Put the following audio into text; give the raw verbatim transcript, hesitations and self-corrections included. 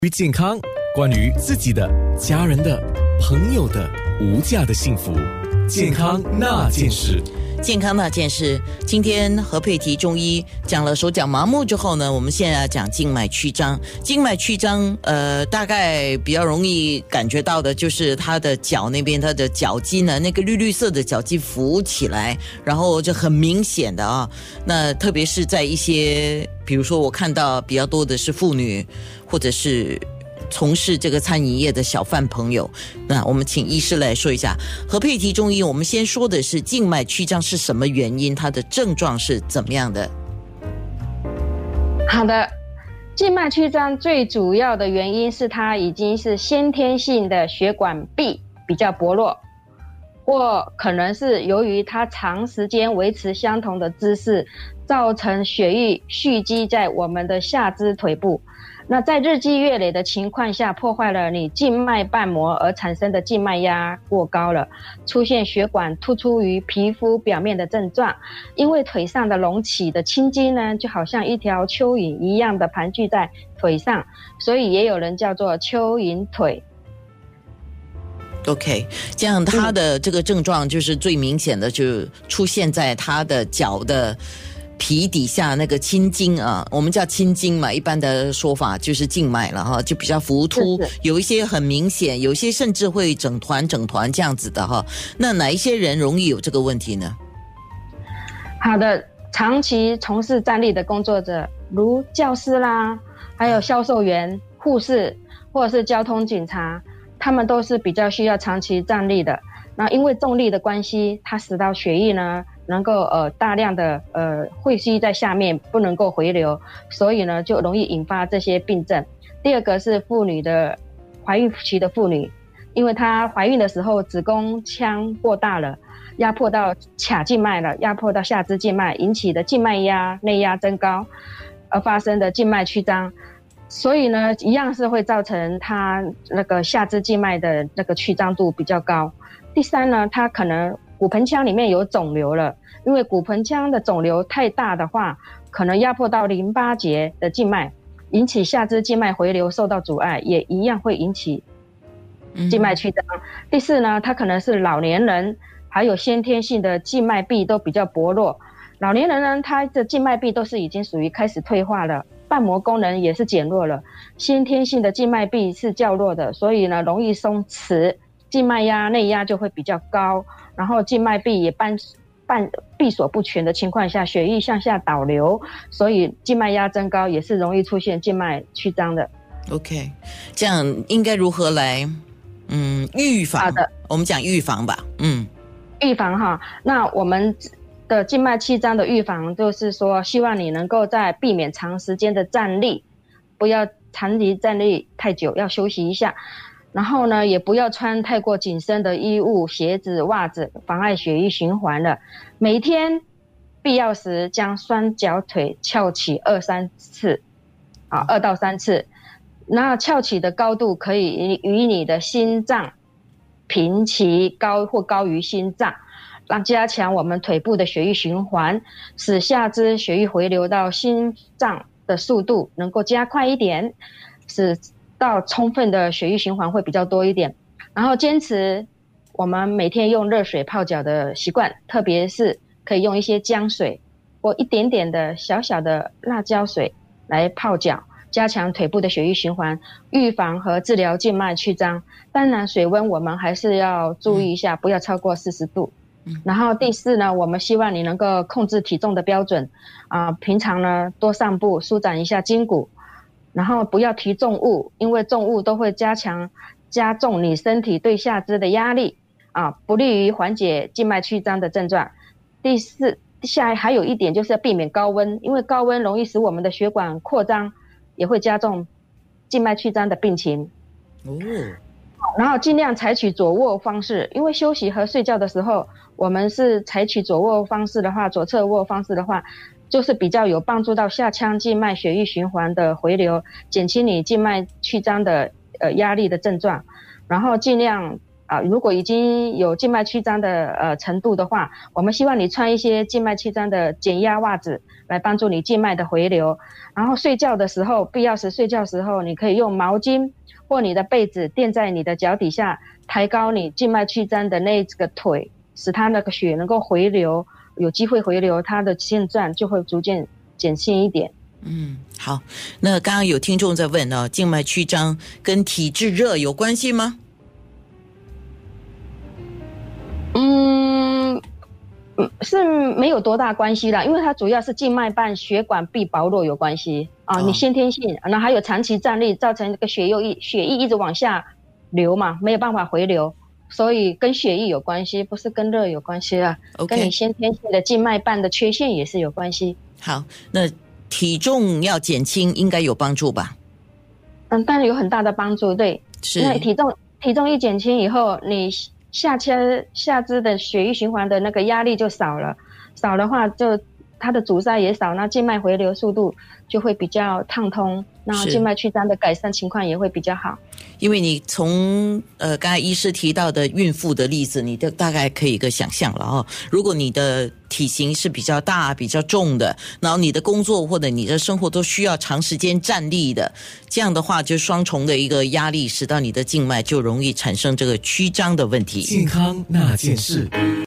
于健康，关于自己的、家人的、朋友的无价的幸福，健康那件事。 健康那件事，今天何佩缇中医讲了手脚麻木之后呢，我们现在要讲静脉曲张。静脉曲张，呃，大概比较容易感觉到的就是他的脚那边，他的脚筋呢，那个绿绿色的脚筋浮起来，然后就很明显的啊。那特别是在一些，比如说我看到比较多的是妇女，或者是从事这个餐饮业的小贩朋友，那我们请医师来说一下。何佩缇中医，我们先说的是静脉曲张是什么原因，它的症状是怎么样的？ 好的，静脉曲张最主要的原因是它已经是先天性的血管壁比较薄弱，或可能是由于它长时间维持相同的姿势，造成血液蓄积在我们的下肢腿部。那在日积月累的情况下，破坏了你静脉瓣膜而产生的静脉压过高了，出现血管突出于皮肤表面的症状。因为腿上的隆起的青筋呢，就好像一条蚯蚓一样的盘踞在腿上，所以也有人叫做蚯蚓腿。 OK， 这样他的这个症状就是最明显的，就出现在他的脚的皮底下那个青筋啊，我们叫青筋嘛，一般的说法就是静脉了哈，就比较浮凸， 是是有一些很明显，有一些甚至会整团整团这样子的哈。那哪一些人容易有这个问题呢？ 好的，长期从事站立的工作者，如教师啦，还有销售员、护士或者是交通警察，他们都是比较需要长期站立的。那因为重力的关系，它使到血液呢能够呃大量的呃汇集在下面，不能够回流，所以呢就容易引发这些病症。第二个是妇女的怀孕期的妇女，因为她怀孕的时候子宫腔过大了，压迫到髂静脉了，压迫到下肢静脉，引起的静脉压内压增高而发生的静脉曲张。所以呢一样是会造成她那个下肢静脉的那个曲张度比较高。第三呢，它可能骨盆腔里面有肿瘤了，因为骨盆腔的肿瘤太大的话，可能压迫到淋巴结的静脉，引起下肢静脉回流受到阻碍，也一样会引起静脉曲张。嗯、第四呢，它可能是老年人，还有先天性的静脉壁都比较薄弱。老年人呢，他的静脉壁都是已经属于开始退化了，瓣膜功能也是减弱了，先天性的静脉壁是较弱的，所以呢容易松弛。静脉压内压就会比较高，然后静脉壁也半半闭锁不全的情况下，血液向下导流，所以静脉压增高也是容易出现静脉曲张的。 OK， 这样应该如何来嗯预防？ 好的， 我们讲预防吧。嗯， 预防哈，那我们的静脉曲张的预防就是说，希望你能够在避免长时间的站立，不要长期站立太久，要休息一下。然后呢，也不要穿太过紧身的衣物、鞋子、袜子，妨碍血液循环了。每天必要时将双脚腿翘起二三次，啊，二到三次。那翘起的高度可以与你的心脏平齐，高或高于心脏，让加强我们腿部的血液循环，使下肢血液回流到心脏的速度能够加快一点，使到充分的血液循环会比较多一点。然后坚持我们每天用热水泡脚的习惯，特别是可以用一些姜水或一点点的小小的辣椒水来泡脚，加强腿部的血液循环，预防和治疗静脉曲张。当然水温我们还是要注意一下，不要超过四十度。然后第四呢，我们希望你能够控制体重的标准啊、呃，平常呢多散步，舒展一下筋骨，然后不要提重物，因为重物都会加强加重你身体对下肢的压力啊，不利于缓解静脉曲张的症状。第四，下还有一点就是要避免高温，因为高温容易使我们的血管扩张，也会加重静脉曲张的病情。哦，然后尽量采取左卧方式，因为休息和睡觉的时候，我们是采取左卧方式的话，左侧卧方式的话，就是比较有帮助到下腔静脉血液循环的回流，减轻你静脉曲张的呃压力的症状。然后尽量啊，如果已经有静脉曲张的呃程度的话，我们希望你穿一些静脉曲张的减压袜子，来帮助你静脉的回流。然后睡觉的时候，必要时睡觉的时候，你可以用毛巾或你的被子垫在你的脚底下，抬高你静脉曲张的那个腿，使它那个血能够回流，有机会回流，它的现状就会逐渐减轻一点。 嗯，好。那刚刚有听众在问啊，静脉曲张跟体质热有关系吗？ 嗯，是没有多大关系啦，因为它主要是静脉瓣血管壁薄弱有关系啊。哦、你先天性，然后还有长期站立造成这个血液血液一直往下流嘛，没有办法回流，所以跟血液有关系，不是跟热有关系啊。Okay. 跟你先天性的静脉瓣的缺陷也是有关系。 好，那体重要减轻应该有帮助吧？ 嗯，当然有很大的帮助，对。 是。 那体重体重一减轻以后，你下肢下肢的血液循环的那个压力就少了，少的话就它的阻塞也少，那静脉回流速度就会比较畅通，那静脉曲张的改善情况也会比较好。 因为你从呃刚才医师提到的孕妇的例子，你就大概可以一个想象了哦。如果你的体型是比较大、比较重的，然后你的工作或者你的生活都需要长时间站立的，这样的话就双重的一个压力，使到你的静脉就容易产生这个曲张的问题。 健康那件事。